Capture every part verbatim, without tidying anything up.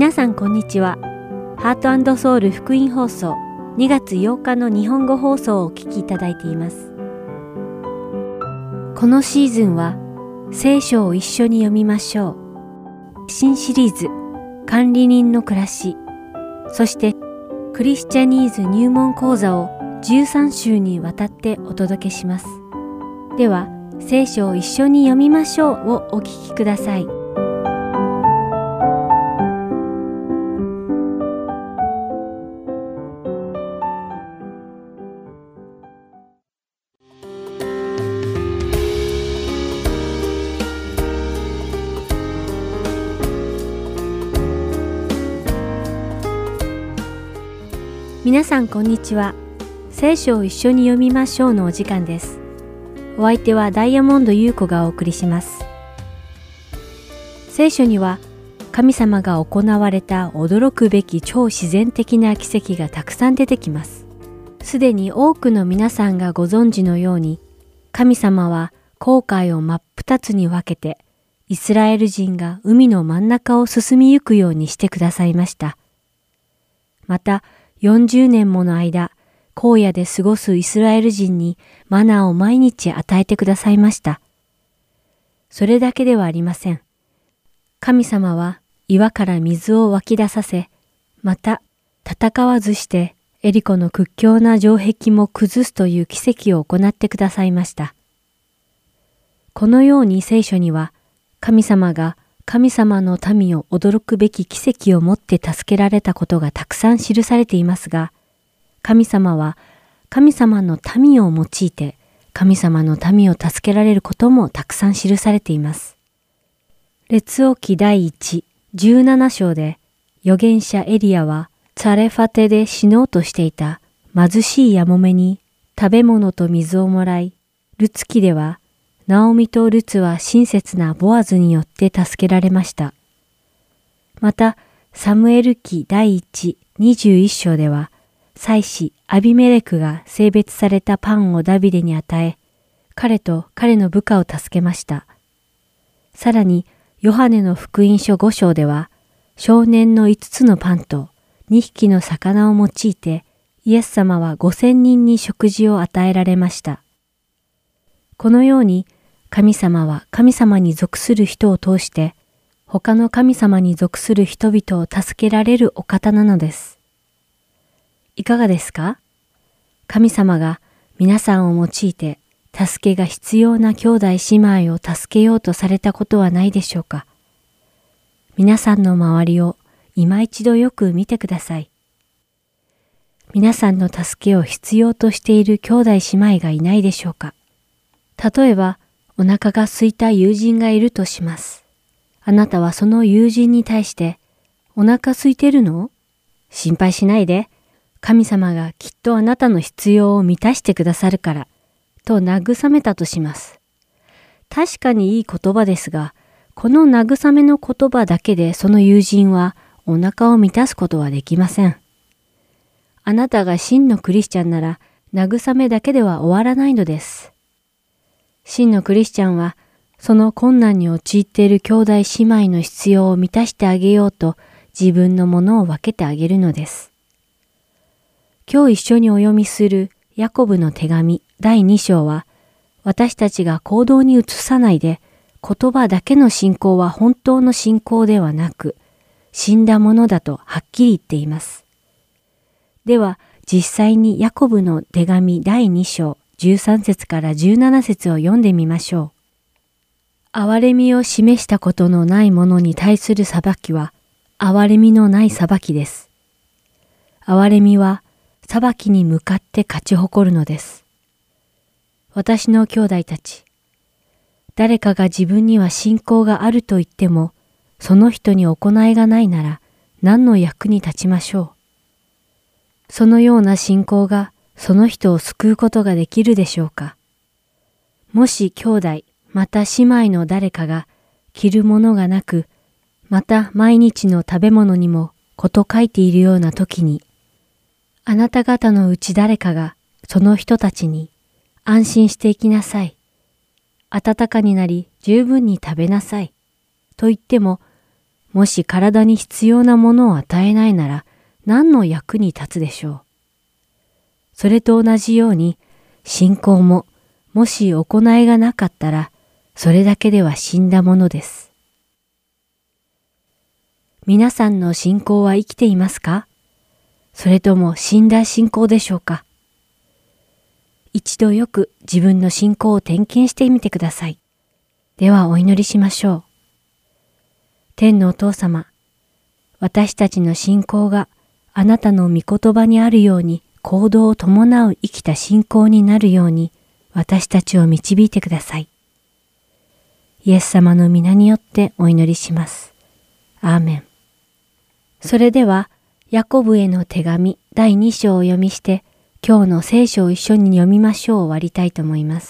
皆さんこんにちは。ハート&ソウル福音放送にがつようかの日本語放送をお聞きいただいています。このシーズンは聖書を一緒に読みましょう。新シリーズ管理人の暮らし、そしてクリスチャニーズ入門講座をじゅうさんしゅうにわたってお届けします。では、聖書を一緒に読みましょうをお聞きください。皆さんこんにちは。聖書を一緒に読みましょうのお時間です。お相手はダイヤモンド優子がお送りします。聖書には神様が行われた驚くべき超自然的な奇跡がたくさん出てきます。すでに多くの皆さんがご存知のように、神様は紅海を真っ二つに分けて、イスラエル人が海の真ん中を進みゆくようにしてくださいました。また、よんじゅうねんもの間、荒野で過ごすイスラエル人にマナーを毎日与えてくださいました。それだけではありません。神様は岩から水を湧き出させ、また戦わずしてエリコの屈強な城壁も崩すという奇跡を行ってくださいました。このように聖書には、神様が神様の民を驚くべき奇跡をもって助けられたことがたくさん記されていますが、神様は神様の民を用いて神様の民を助けられることもたくさん記されています。列王記第一、じゅうななしょうで預言者エリアはツァレファテで死のうとしていた貧しいやもめに食べ物と水をもらい、ルツ記ではナオミとルツは親切なボアズによって助けられました。また、サムエル記第一、にじゅういっしょうでは、祭司アビメレクが性別されたパンをダビデに与え、彼と彼の部下を助けました。さらに、ヨハネの福音書ごしょうでは、少年のいつつのパンとにひきの魚を用いて、イエス様はごせんにんに食事を与えられました。このように、神様は神様に属する人を通して、他の神様に属する人々を助けられるお方なのです。いかがですか？神様が皆さんを用いて、助けが必要な兄弟姉妹を助けようとされたことはないでしょうか？皆さんの周りを今一度よく見てください。皆さんの助けを必要としている兄弟姉妹がいないでしょうか？例えば、お腹が空いた友人がいるとします。あなたはその友人に対して、お腹空いてるの？心配しないで。神様がきっとあなたの必要を満たしてくださるから、と慰めたとします。確かにいい言葉ですが、この慰めの言葉だけでその友人はお腹を満たすことはできません。あなたが真のクリスチャンなら、慰めだけでは終わらないのです。真のクリスチャンは、その困難に陥っている兄弟姉妹の必要を満たしてあげようと自分のものを分けてあげるのです。今日一緒にお読みするヤコブの手紙だいにしょうは、私たちが行動に移さないで、言葉だけの信仰は本当の信仰ではなく、死んだものだとはっきり言っています。では、実際にヤコブの手紙だいにしょう、じゅうさんせつからじゅうななせつを読んでみましょう。憐れみを示したことのない者に対する裁きは、憐れみのない裁きです。憐れみは、裁きに向かって勝ち誇るのです。私の兄弟たち、誰かが自分には信仰があると言っても、その人に行いがないなら、何の役に立ちましょう。そのような信仰が、その人を救うことができるでしょうか。もし兄弟、また姉妹の誰かが着るものがなく、また毎日の食べ物にもこと書いているような時に、あなた方のうち誰かがその人たちに安心していきなさい。暖かになり十分に食べなさい。と言っても、 もし体に必要なものを与えないなら何の役に立つでしょう。それと同じように、信仰ももし行いがなかったら、それだけでは死んだものです。皆さんの信仰は生きていますか？それとも死んだ信仰でしょうか？一度よく自分の信仰を点検してみてください。ではお祈りしましょう。天のお父様、私たちの信仰があなたの御言葉にあるように行動を伴う生きた信仰になるように私たちを導いてください。イエス様の皆によってお祈りします。アーメン。それでは、ヤコブへの手紙だいに章を読みして、今日の聖書を一緒に読みましょうを終わりたいと思います。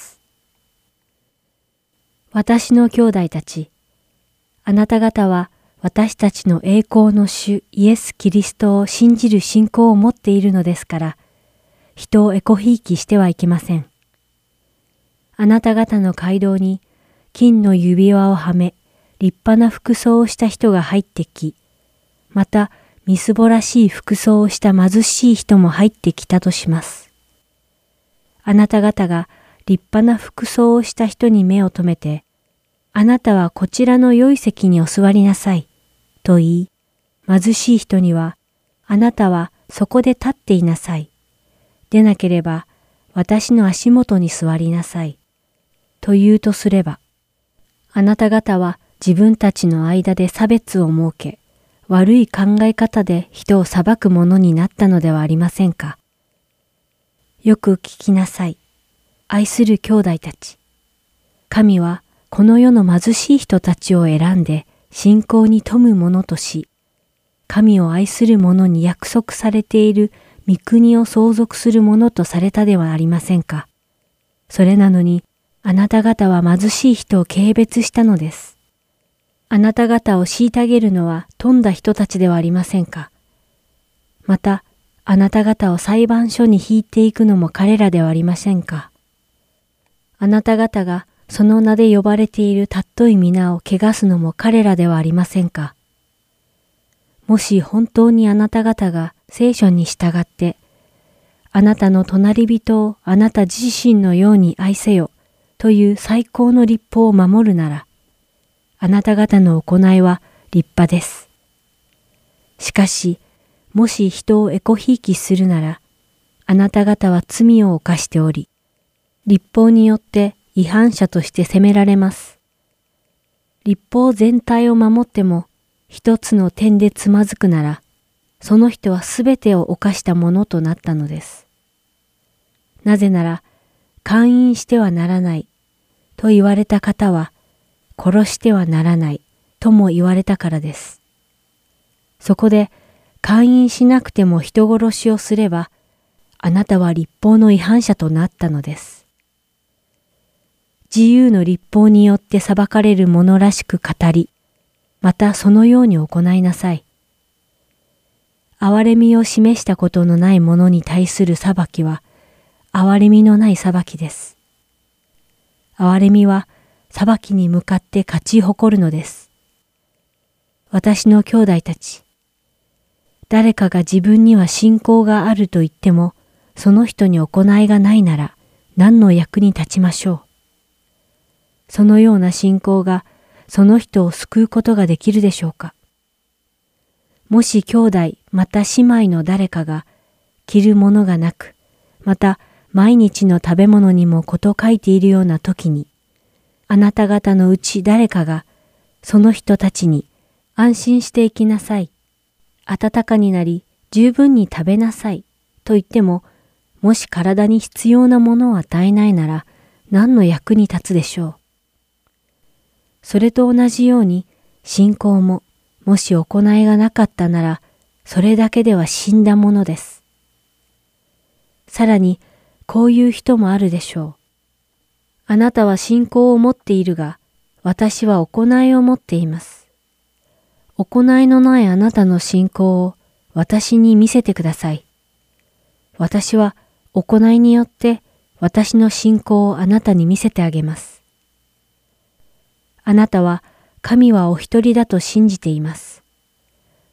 私の兄弟たち、あなた方は私たちの栄光の主イエス・キリストを信じる信仰を持っているのですから、人をエコひいきしてはいけません。あなた方の街道に金の指輪をはめ、立派な服装をした人が入ってき、またみすぼらしい服装をした貧しい人も入ってきたとします。あなた方が立派な服装をした人に目を留めて、あなたはこちらの良い席にお座りなさい、と言い、貧しい人には、あなたはそこで立っていなさい。でなければ、私の足元に座りなさい。と言うとすれば、あなた方は自分たちの間で差別を設け、悪い考え方で人を裁くものになったのではありませんか。よく聞きなさい。愛する兄弟たち。神はこの世の貧しい人たちを選んで信仰に富むものとし、神を愛する者に約束されている御国を相続するものとされたではありませんか。それなのに、あなた方は貧しい人を軽蔑したのです。あなた方を虐げるのは富んだ人たちではありませんか。また、あなた方を裁判所に引いていくのも彼らではありませんか。あなた方がその名で呼ばれている尊い皆を汚すのも彼らではありませんか。もし本当にあなた方が聖書に従って、あなたの隣人をあなた自身のように愛せよという最高の律法を守るなら、あなた方の行いは立派です。しかし、もし人をエコひいきするなら、あなた方は罪を犯しており、律法によって違反者として責められます。律法全体を守っても、一つの点でつまずくなら、その人はすべてを犯したものとなったのです。なぜなら、姦淫してはならないと言われた方は、殺してはならないとも言われたからです。そこで、姦淫しなくても人殺しをすれば、あなたは律法の違反者となったのです。自由の律法によって裁かれるものらしく語り、またそのように行いなさい。憐れみを示したことのない者に対する裁きは、憐れみのない裁きです。憐れみは、裁きに向かって勝ち誇るのです。私の兄弟たち、誰かが自分には信仰があると言っても、その人に行いがないなら、何の役に立ちましょう。そのような信仰が、その人を救うことができるでしょうか。もし兄弟また姉妹の誰かが着るものがなく、また毎日の食べ物にも事欠いているような時に、あなた方のうち誰かがその人たちに安心して生きなさい、温かになり十分に食べなさいと言っても、もし体に必要なものを与えないなら何の役に立つでしょう。それと同じように信仰ももし行いがなかったならそれだけでは死んだものです。さらにこういう人もあるでしょう。あなたは信仰を持っているが、私は行いを持っています。行いのないあなたの信仰を私に見せてください。私は行いによって私の信仰をあなたに見せてあげます。あなたは神はお一人だと信じています。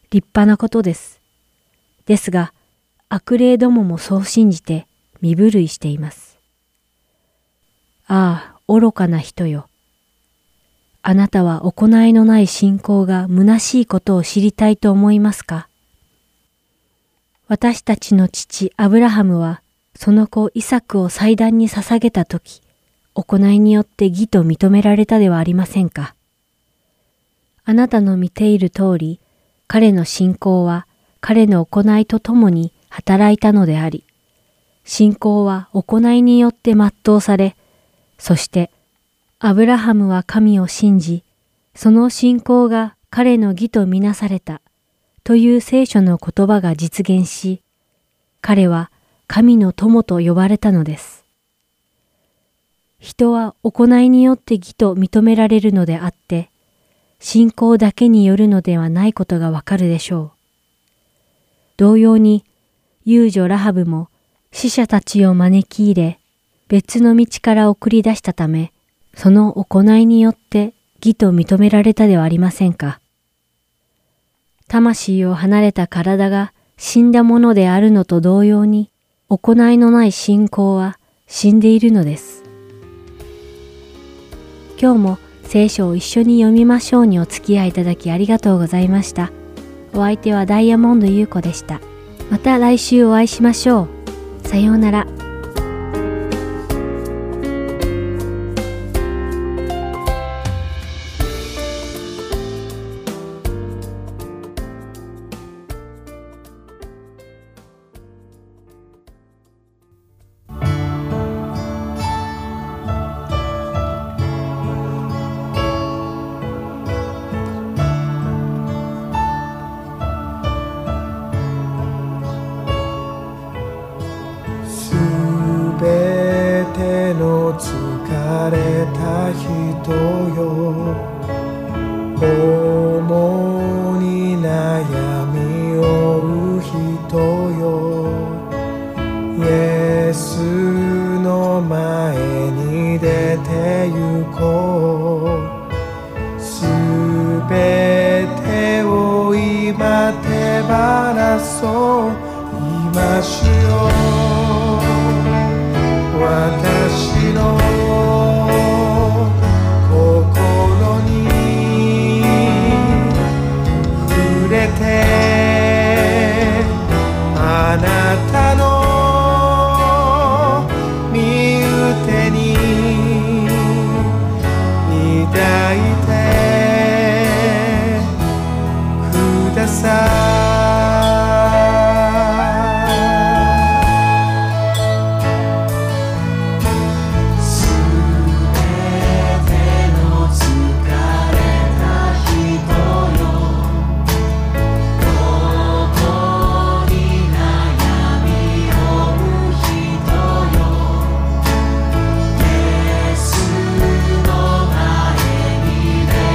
立派なことです。ですが、悪霊どももそう信じて身震いしています。ああ、愚かな人よ。あなたは行いのない信仰が虚しいことを知りたいと思いますか？私たちの父アブラハムは、その子イサクを祭壇に捧げたとき、行いによって義と認められたではありませんか。あなたの見ている通り、彼の信仰は彼の行いとともに働いたのであり、信仰は行いによって全うされ、そしてアブラハムは神を信じ、その信仰が彼の義とみなされたという聖書の言葉が実現し、彼は神の友と呼ばれたのです。人は行いによって義と認められるのであって、信仰だけによるのではないことがわかるでしょう。同様に、遊女ラハブも死者たちを招き入れ、別の道から送り出したため、その行いによって義と認められたではありませんか。魂を離れた体が死んだものであるのと同様に、行いのない信仰は死んでいるのです。今日も聖書を一緒に読みましょうにお付き合いいただきありがとうございました。お相手はダイヤモンド優子でした。また来週お会いしましょう。さようなら。 「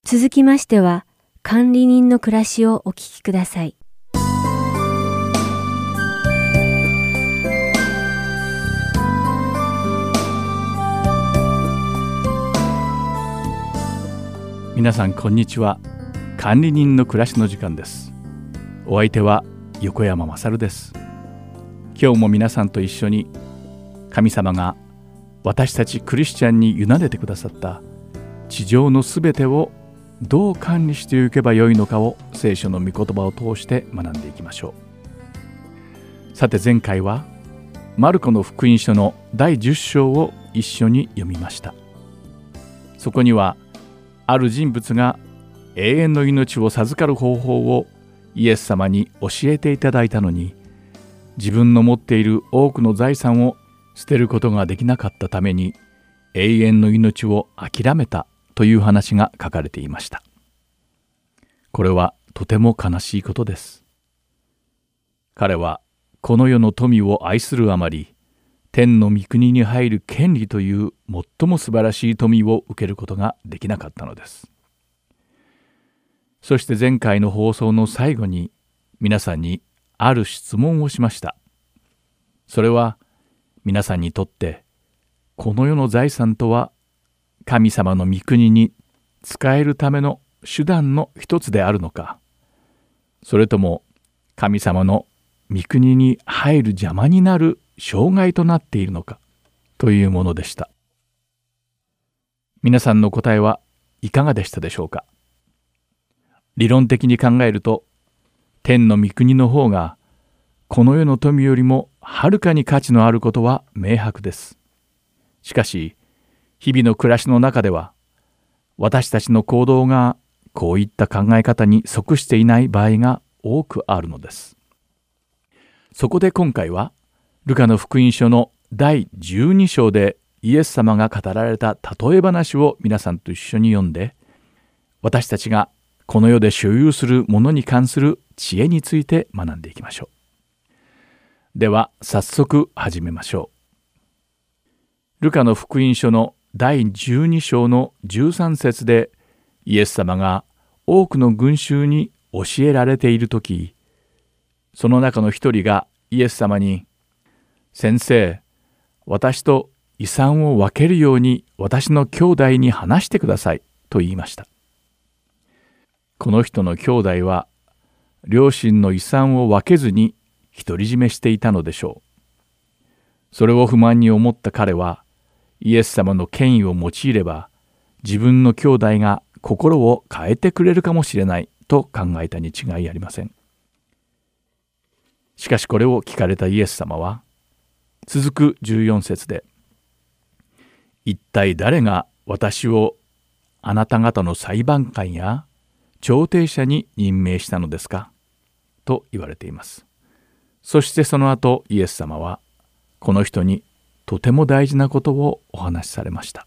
続きましては、管理人の暮らしをお聞きください。 皆さんこんにちは。管理人の暮らしの時間です。お相手は横山まさるです。今日も皆さんと一緒に神様が私たちクリスチャンに委ねてくださった地上のすべてをどう管理していけばよいのかを聖書の御言葉を通して学んでいきましょう。さて前回はマルコの福音書のだいじゅっ章を一緒に読みました。そこにはある人物が永遠の命を授かる方法をイエス様に教えていただいたのに、自分の持っている多くの財産を捨てることができなかったために永遠の命を諦めたという話が書かれていました。これはとても悲しいことです。彼はこの世の富を愛するあまり、天の御国に入る権利という最も素晴らしい富を受けることができなかったのです。そして前回の放送の最後に皆さんにある質問をしました。それは皆さんにとってこの世の財産とは神様の御国に使えるための手段の一つであるのか、それとも神様の御国に入る邪魔になる障害となっているのかというものでした。皆さんの答えはいかがでしたでしょうか。理論的に考えると、天の御国の方がこの世の富よりもはるかに価値のあることは明白です。しかし、日々の暮らしの中では、私たちの行動がこういった考え方に即していない場合が多くあるのです。そこで今回は、ルカの福音書のだいじゅうに章でイエス様が語られた例え話を皆さんと一緒に読んで、私たちがこの世で所有するものに関する知恵について学んでいきましょう。では早速始めましょう。ルカの福音書のだいじゅうに章のじゅうさん節でイエス様が多くの群衆に教えられているとき、その中の一人がイエス様に、先生、私と遺産を分けるように私の兄弟に話してくださいと言いました。この人の兄弟は両親の遺産を分けずに独り占めしていたのでしょう。それを不満に思った彼はイエス様の権威を用いれば自分の兄弟が心を変えてくれるかもしれないと考えたに違いありません。しかしこれを聞かれたイエス様は続くじゅうよん節で、一体誰が私をあなた方の裁判官や調停者に任命したのですかと言われています。そしてその後イエス様はこの人にとても大事なことをお話しされました。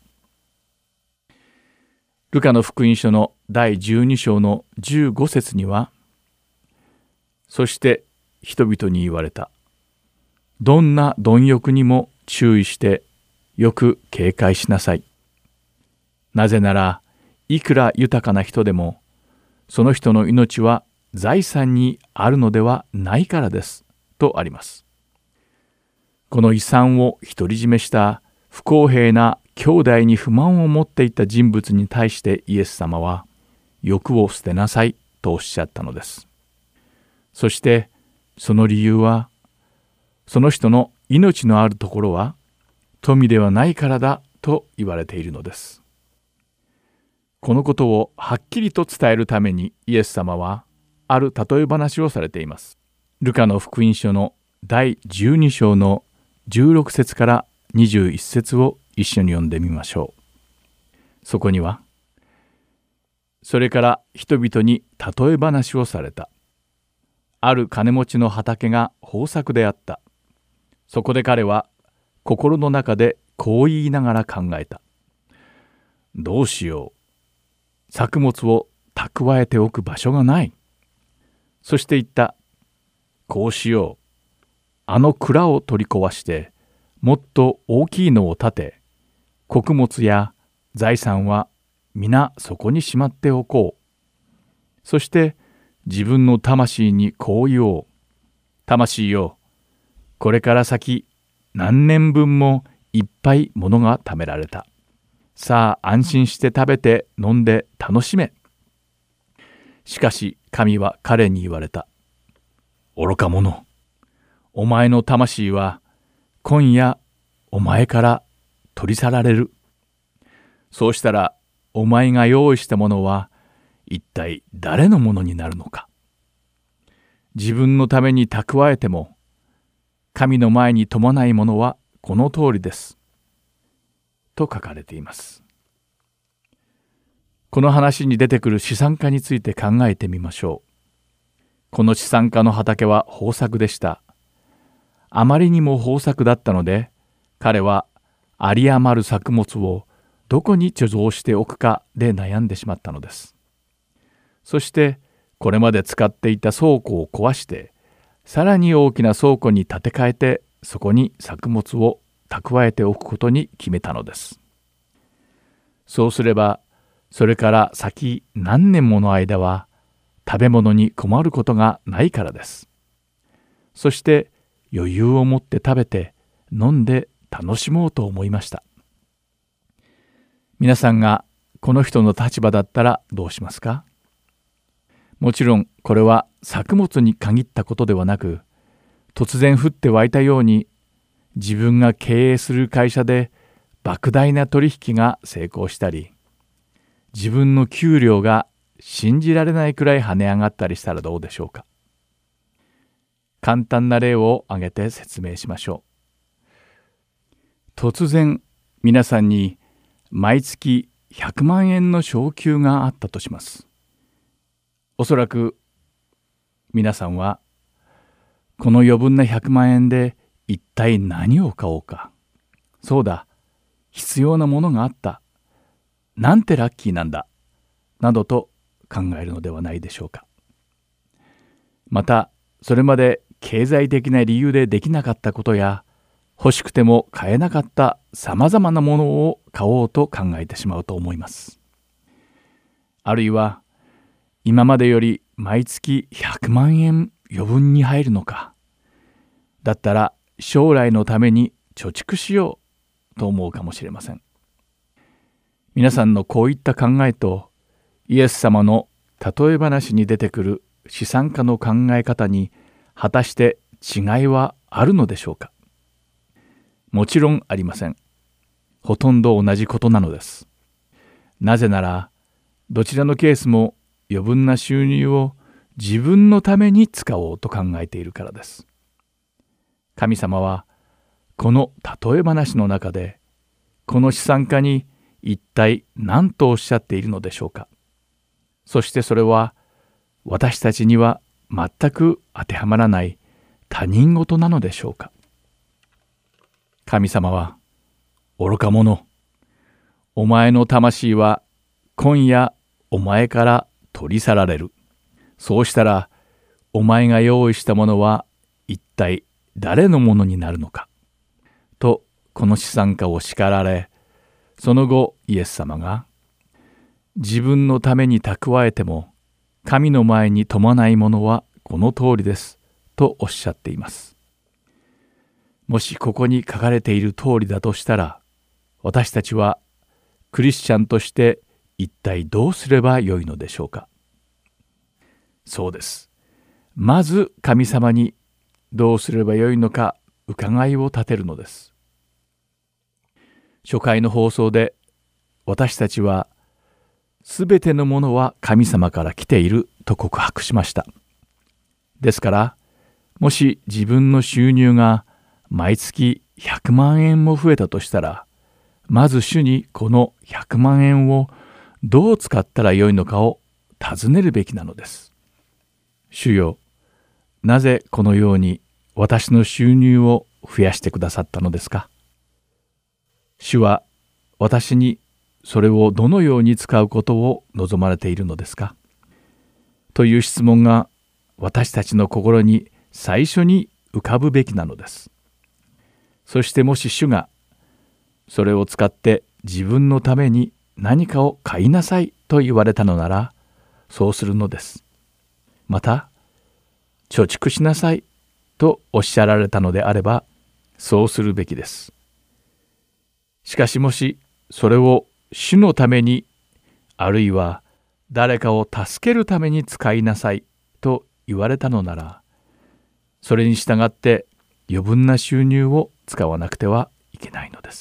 ルカの福音書のだいじゅうに章のじゅうご節には、そして人々に言われた。どんな貪欲にも注意してよく警戒しなさい。なぜならいくら豊かな人でもその人の命は財産にあるのではないからですとあります。この遺産を独り占めした不公平な兄弟に不満を持っていた人物に対してイエス様は欲を捨てなさいとおっしゃったのです。そしてその理由は、その人の命のあるところは富ではないからだと言われているのです。このことをはっきりと伝えるためにイエス様はある例え話をされています。ルカの福音書のだいじゅうに章のじゅうろく節からにじゅういち節を一緒に読んでみましょう。そこには、それから人々に例え話をされた。ある金持ちの畑が豊作であった。そこで彼は心の中でこう言いながら考えた。どうしよう。作物を蓄えておく場所がない。そして言った。こうしよう。あの蔵を取り壊して、もっと大きいのを建て、穀物や財産は皆そこにしまっておこう。そして自分の魂にこう言おう。魂よ、これから先何年分もいっぱいものが貯められた。さあ安心して食べて飲んで楽しめ。しかし神は彼に言われた。愚か者、お前の魂は今夜お前から取り去られる。そうしたらお前が用意したものは一体誰のものになるのか。自分のために蓄えても神の前に富まないものはこの通りです。と書かれています。この話に出てくる資産家について考えてみましょう。この資産家の畑は豊作でした。あまりにも豊作だったので、彼は有り余る作物をどこに貯蔵しておくかで悩んでしまったのです。そしてこれまで使っていた倉庫を壊して、さらに大きな倉庫に建て替えて、そこに作物を蓄えておくことに決めたのです。そうすれば、それから先何年もの間は食べ物に困ることがないからです。そして余裕を持って食べて飲んで楽しもうと思いました。皆さんがこの人の立場だったらどうしますか？もちろんこれは作物に限ったことではなく、突然降って湧いたように自分が経営する会社で莫大な取引が成功したり、自分の給料が信じられないくらい跳ね上がったりしたらどうでしょうか。簡単な例を挙げて説明しましょう。突然皆さんに毎月ひゃくまんえんの昇給があったとします。おそらく皆さんはこの余分なひゃくまんえんで一体何を買おうか。そうだ、必要なものがあった。なんてラッキーなんだ。などと考えるのではないでしょうか。また、それまで経済的な理由でできなかったことや、欲しくても買えなかったさまざまなものを買おうと考えてしまうと思います。あるいは、今までより毎月ひゃくまんえん余分に入るのか。だったら将来のために貯蓄しようと思うかもしれません。皆さんのこういった考えとイエス様の例え話に出てくる資産家の考え方に果たして違いはあるのでしょうか。もちろんありません。ほとんど同じことなのです。なぜならどちらのケースも余分な収入を自分のために使おうと考えているからです。神様はこの例え話の中でこの資産家に一体何とおっしゃっているのでしょうか。そしてそれは私たちには全く当てはまらない他人事なのでしょうか。神様は、愚か者、お前の魂は今夜お前から取り去られる。そうしたらお前が用意したものは一体誰のものになるのか。とこの資産家を叱られ、その後イエス様が、自分のために蓄えても神の前に富まないものはこの通りですとおっしゃっています。もしここに書かれている通りだとしたら、私たちはクリスチャンとして一体どうすればよいのでしょうか。そうです。まず神様にどうすればよいのか伺いを立てるのです。初回の放送で私たちはすべてのものは神様から来ていると告白しました。ですから、もし自分の収入が毎月ひゃくまんえんも増えたとしたら、まず主にこのひゃくまんえんをどう使ったらよいのかを尋ねるべきなのです。主よ、なぜこのように私の収入を増やしてくださったのですか。主は私にそれをどのように使うことを望まれているのですか。という質問が私たちの心に最初に浮かぶべきなのです。そしてもし主がそれを使って自分のために何かを買いなさいと言われたのなら、そうするのです。また、貯蓄しなさいとおっしゃられたのであれば、そうするべきです。しかしもし、それを主のために、あるいは誰かを助けるために使いなさいと言われたのなら、それに従って余分な収入を使わなくてはいけないのです。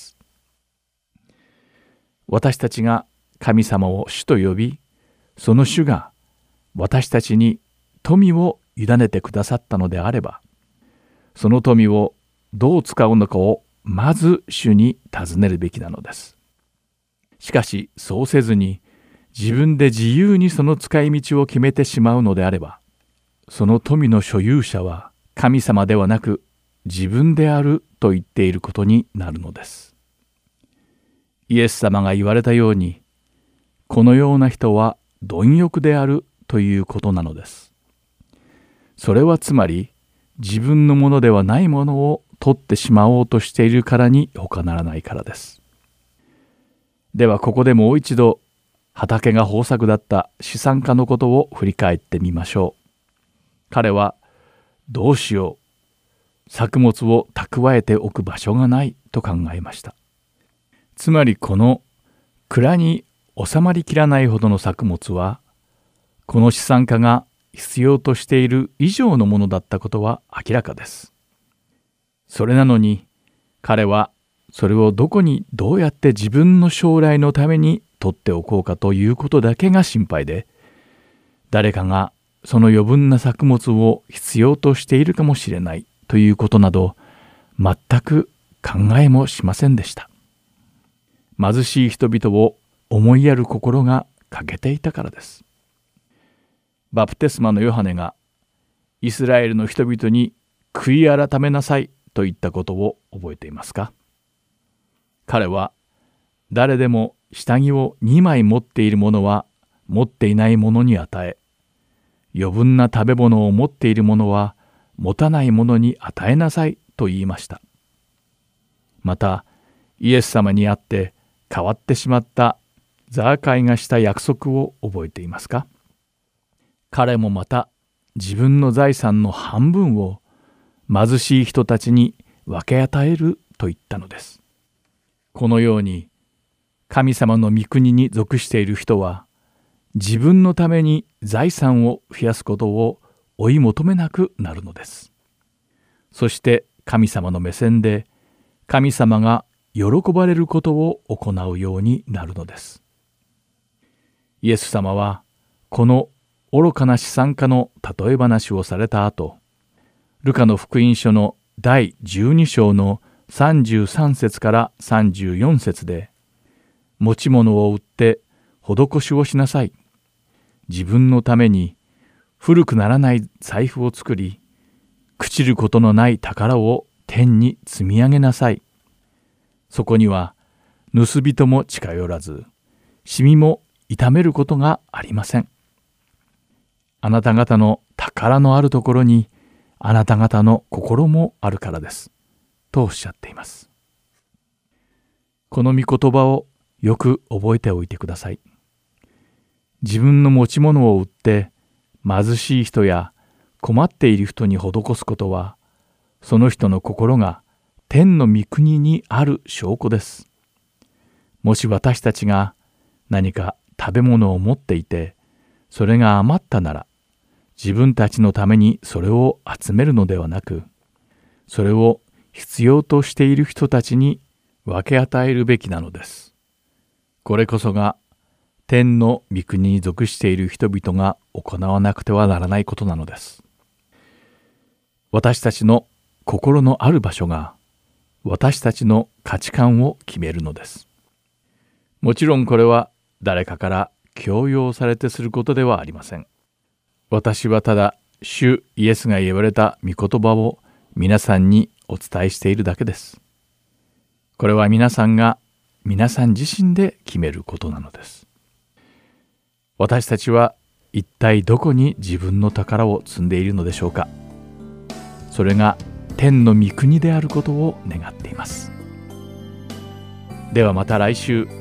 私たちが神様を主と呼び、その主が私たちに富を委ねてくださったのであれば、その富をどう使うのかをまず主に尋ねるべきなのです。しかしそうせずに自分で自由にその使い道を決めてしまうのであれば、その富の所有者は神様ではなく自分であると言っていることになるのです。イエス様が言われたように、このような人は貪欲であるということなのです。それはつまり自分のものではないものを取ってしまおうとしているからに他ならないからです。ではここでもう一度畑が豊作だった資産家のことを振り返ってみましょう。彼はどうしよう、作物を蓄えておく場所がないと考えました。つまりこの蔵に収まりきらないほどの作物は、この資産家が必要としている以上のものだったことは明らかです。それなのに彼はそれをどこにどうやって自分の将来のために取っておこうかということだけが心配で、誰かがその余分な作物を必要としているかもしれないということなど全く考えもしませんでした。貧しい人々を思いやる心が欠けていたからです。バプテスマのヨハネがイスラエルの人々に悔い改めなさいと言ったことを覚えていますか？彼は誰でも下着をにまい持っている者は持っていない者に与え、余分な食べ物を持っている者は持たない者に与えなさいと言いました。またイエス様にあって変わってしまったザーカイがした約束を覚えていますか？彼もまた自分の財産の半分を貧しい人たちに分け与えると言ったのです。このように神様の御国に属している人は自分のために財産を増やすことを追い求めなくなるのです。そして神様の目線で神様が喜ばれることを行うようになるのです。イエス様はこの愚かな資産家の例え話をされた後、ルカの福音書のだいじゅうに章のさんじゅうさん節からさんじゅうよん節で、持ち物を売って施しをしなさい。自分のために古くならない財布を作り、朽ちることのない宝を天に積み上げなさい。そこには盗人も近寄らず、シミも傷めることがありません。あなた方の宝のあるところにあなた方の心もあるからです。とおっしゃっています。この御言葉をよく覚えておいてください。自分の持ち物を売って貧しい人や困っている人に施すことは、その人の心が天の御国にある証拠です。もし私たちが何か食べ物を持っていて、それが余ったなら、自分たちのためにそれを集めるのではなく、それを必要としている人たちに分け与えるべきなのです。これこそが天の御国に属している人々が行わなくてはならないことなのです。私たちの心のある場所が私たちの価値観を決めるのです。もちろんこれは誰かから強要されてすることではありません。私はただ主イエスが言われた御言葉を皆さんにお伝えしているだけです。これは皆さんが皆さん自身で決めることなのです。私たちは一体どこに自分の宝を積んでいるのでしょうか。それが天の御国であることを願っています。ではまた来週、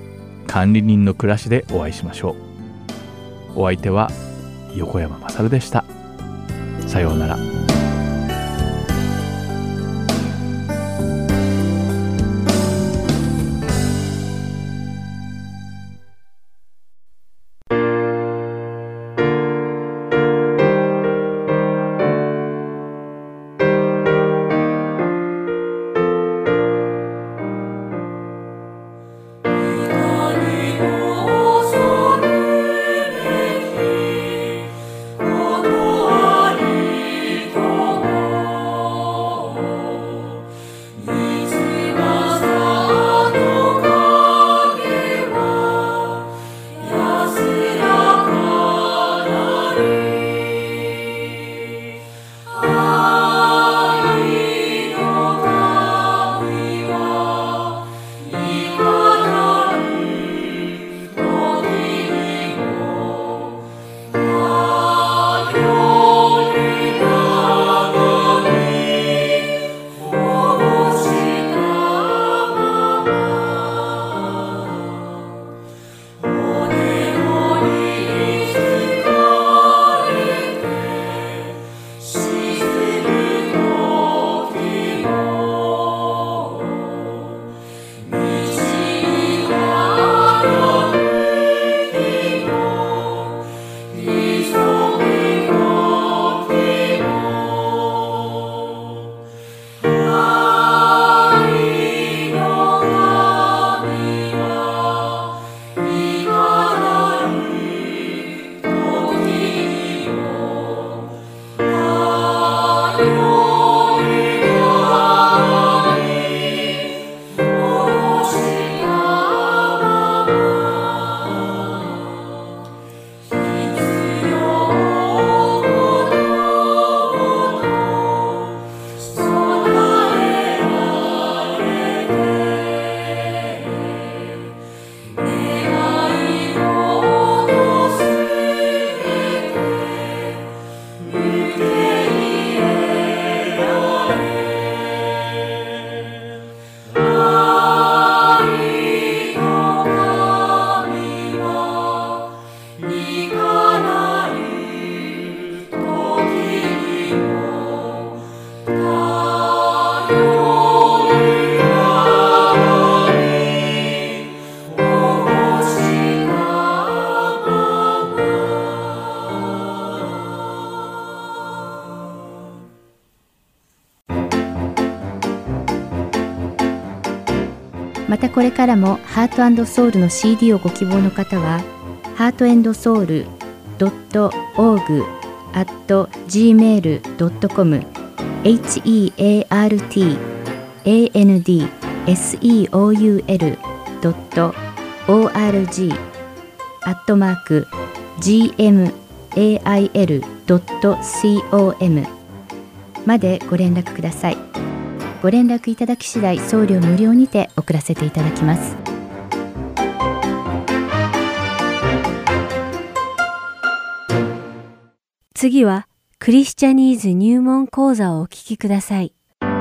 管理人の暮らしでお会いしましょう。お相手は横山まさるでした。さようなら。 またこれからもハート&ソウルの シーディー をご希望の方は ハート&ソウル ドット オーグ アット ジーメール ドット コム エイチ イー エー アール ティー エー エヌ ディー エス イー オー ユー エル ドット オー アール ジー アットマーク ジーエム エー アイ エル ドット コム までご連絡ください。ご連絡いただき次第送料無料にて送らせていただきます。次はクリスチャニーズ入門講座をお聞きください。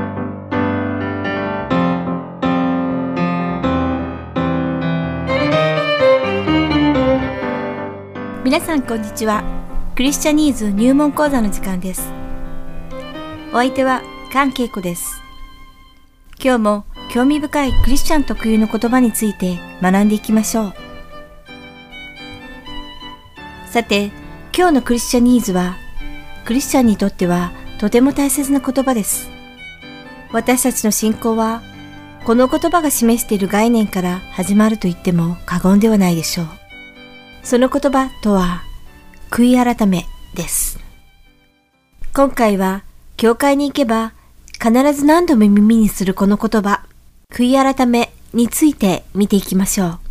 皆さんこんにちは。クリスチャニーズ入門講座の時間です。お相手は菅恵子です。今日も興味深いクリスチャン特有の言葉について学んでいきましょう。さて、今日のクリスチャニーズは、クリスチャンにとってはとても大切な言葉です。私たちの信仰は、この言葉が示している概念から始まると言っても過言ではないでしょう。その言葉とは、悔い改めです。今回は、教会に行けば、必ず何度も耳にするこの言葉、悔い改めについて見ていきましょう。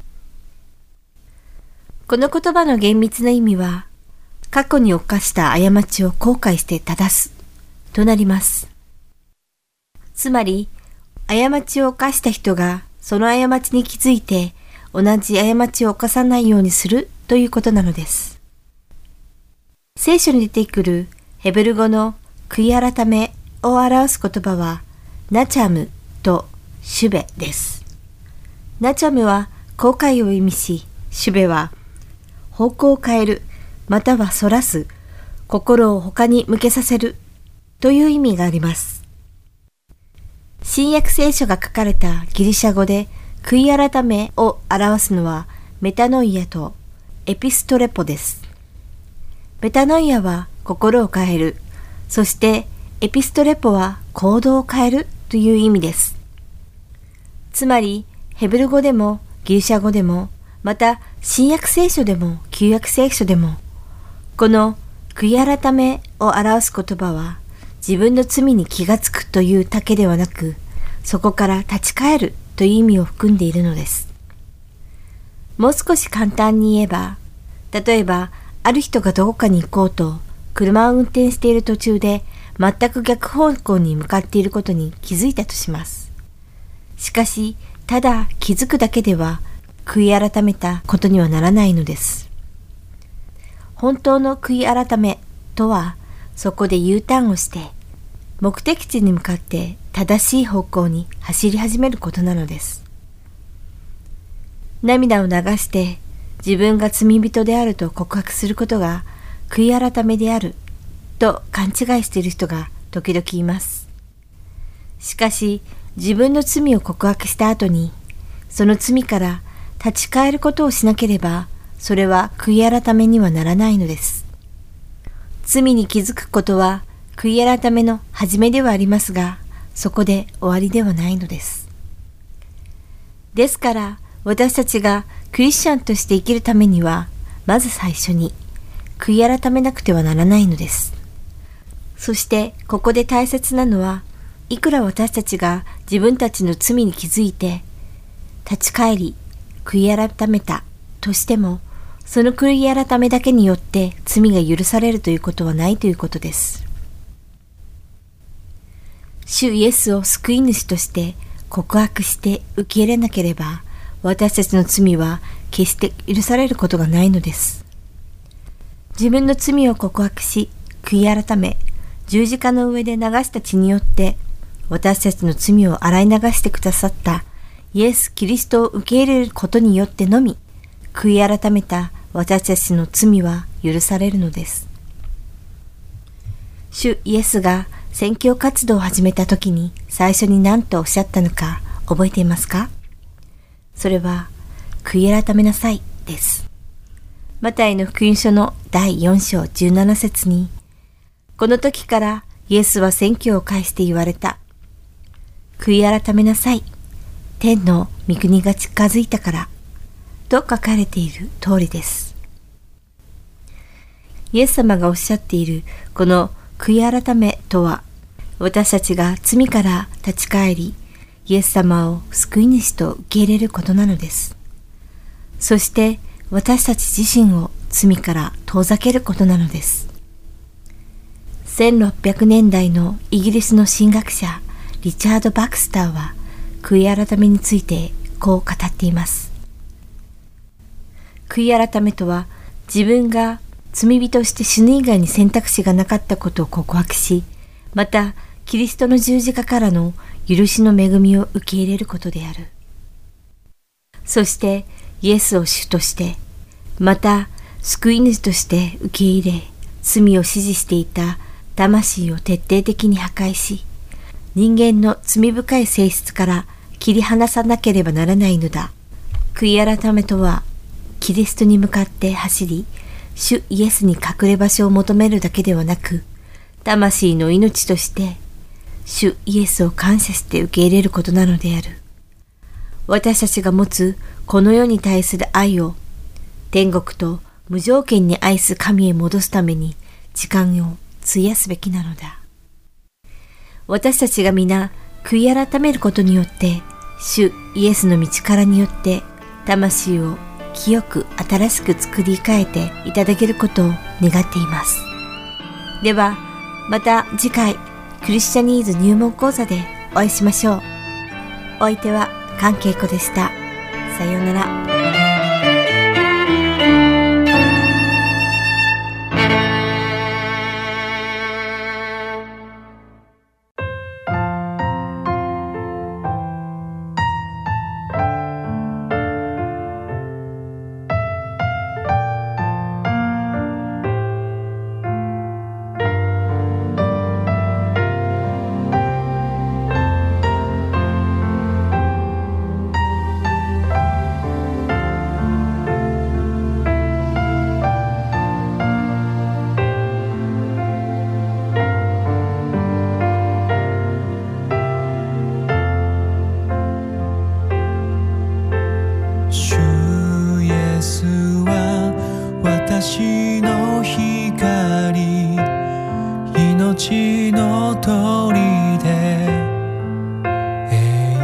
この言葉の厳密な意味は、過去に犯した過ちを後悔して正すとなります。つまり、過ちを犯した人がその過ちに気づいて同じ過ちを犯さないようにするということなのです。聖書に出てくるヘブル語の悔い改めを表す言葉はナチャムとシュベです。ナチャムは後悔を意味し、シュベは方向を変える、またはそらす、心を他に向けさせるという意味があります。新約聖書が書かれたギリシャ語で悔い改めを表すのはメタノイアとエピストレポです。メタノイアは心を変える、そしてエピストレポは行動を変えるという意味です。つまりヘブル語でもギリシャ語でも、また新約聖書でも旧約聖書でも、この悔い改めを表す言葉は自分の罪に気がつくというだけではなく、そこから立ち返るという意味を含んでいるのです。もう少し簡単に言えば、例えばある人がどこかに行こうと車を運転している途中で全く逆方向に向かっていることに気づいたとします。しかし、ただ気づくだけでは悔い改めたことにはならないのです。本当の悔い改めとは、そこで U ターンをして目的地に向かって正しい方向に走り始めることなのです。涙を流して自分が罪人であると告白することが悔い改めであると勘違いしている人が時々います。しかし、自分の罪を告白した後にその罪から立ち返ることをしなければ、それは悔い改めにはならないのです。罪に気づくことは悔い改めの始めではありますが、そこで終わりではないのです。ですから、私たちがクリスチャンとして生きるためには、まず最初に悔い改めなくてはならないのです。そしてここで大切なのは、いくら私たちが自分たちの罪に気づいて立ち返り悔い改めたとしても、その悔い改めだけによって罪が許されるということはないということです。主イエスを救い主として告白して受け入れなければ、私たちの罪は決して許されることがないのです。自分の罪を告白し、悔い改め、十字架の上で流した血によって、私たちの罪を洗い流してくださったイエス・キリストを受け入れることによってのみ、悔い改めた私たちの罪は許されるのです。主イエスが宣教活動を始めた時に最初に何とおっしゃったのか覚えていますか？それは、悔い改めなさいです。マタイの福音書のだいよん章じゅうなな節に、この時からイエスは宣教を介して言われた。悔い改めなさい。天の御国が近づいたから。と書かれている通りです。イエス様がおっしゃっているこの悔い改めとは、私たちが罪から立ち返り、イエス様を救い主と受け入れることなのです。そして私たち自身を罪から遠ざけることなのです。せんろっぴゃくねんだいのイギリスの神学者リチャード・バクスターは悔い改めについてこう語っています。悔い改めとは、自分が罪人として死ぬ以外に選択肢がなかったことを告白し、またキリストの十字架からの許しの恵みを受け入れることである。そしてイエスを主として、また救い主として受け入れ、罪を支持していた魂を徹底的に破壊し、人間の罪深い性質から切り離さなければならないのだ。悔い改めとは、キリストに向かって走り、主イエスに隠れ場所を求めるだけではなく、魂の命として、主イエスを感謝して受け入れることなのである。私たちが持つこの世に対する愛を、天国と無条件に愛す神へ戻すために時間を費やすべきなのだ。私たちが皆悔い改めることによって、主イエスの道からによって魂を清く新しく作り変えていただけることを願っています。ではまた次回クリスチャニーズ入門講座でお会いしましょう。お相手は関恵子でした。さようなら。 の光、命の砦、永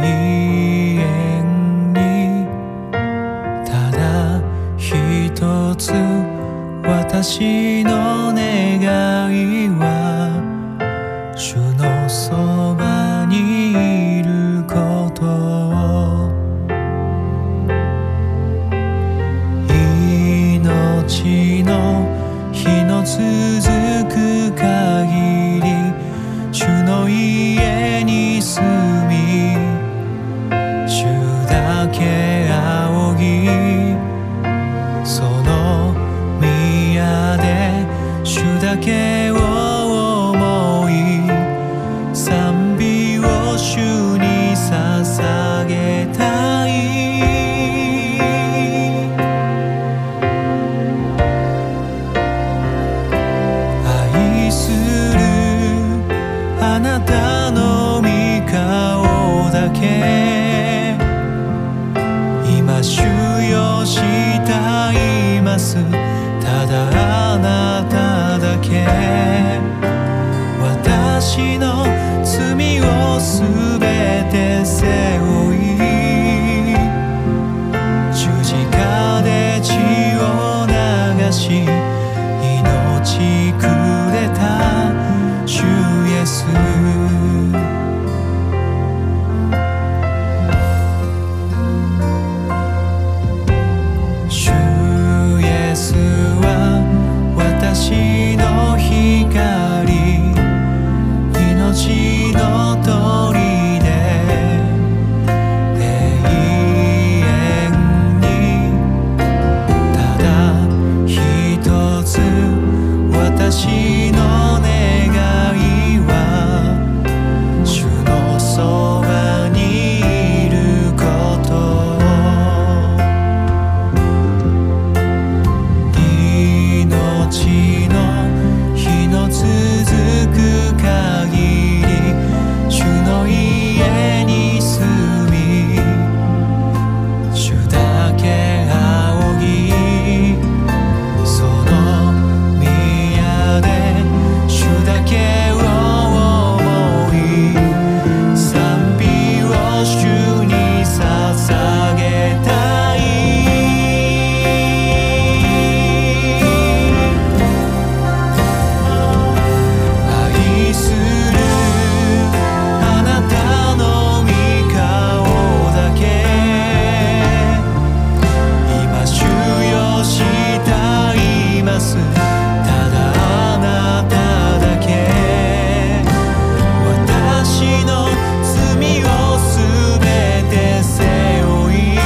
遠にただ一つ私の願いは主のそばにいることを。命の日の続く限り主の家に住み、主だけ仰ぎ、その宮で主だけを思い、賛美を主に捧げたい。愛するあなたの御顔だけ、今主よしたいます。ただあなただけ、私の罪をすべて背負い、十字架で血を流し、命くれた主イエス。主イエスは私の光、命の砦、永遠にただ一つ私の願いは主のそばにいることを。命の日の続く限り主の家に住み、主だけ仰ぎ、その宮で主だけを思い、賛美を主に捧げたい。愛するあなたの御顔だけ、今主よしたいます。ただあなただけ、私の罪をすべて背負い、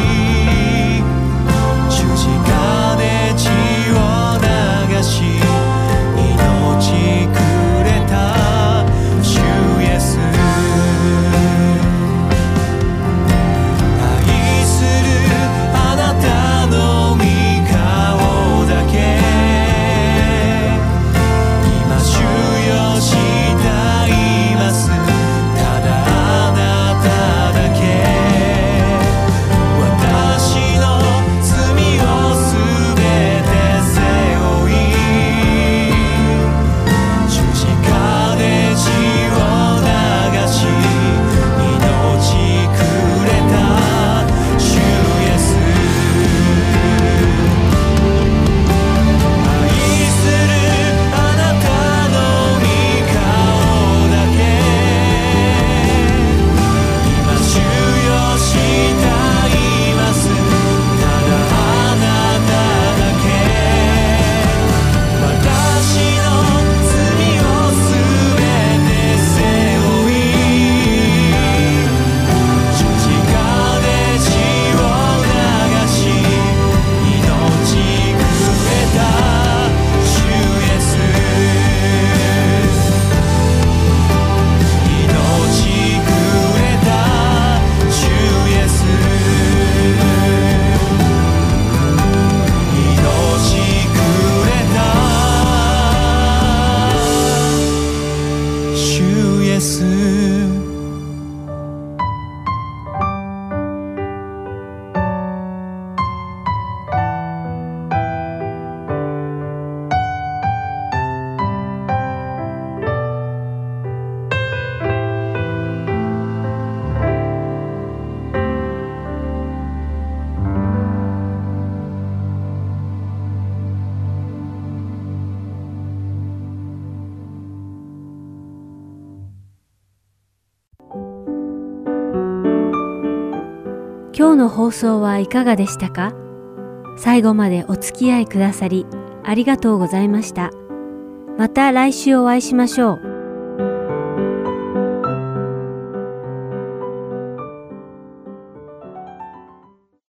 十字架で血を流し、命くれた主イエス。愛するあなたの御顔だけ、今主よしたいます。ただあなただけ、私の罪をすべて背負い、 今日の放送はいかがでしたか？最後までお付き合いくださりありがとうございました。また来週お会いしましょう。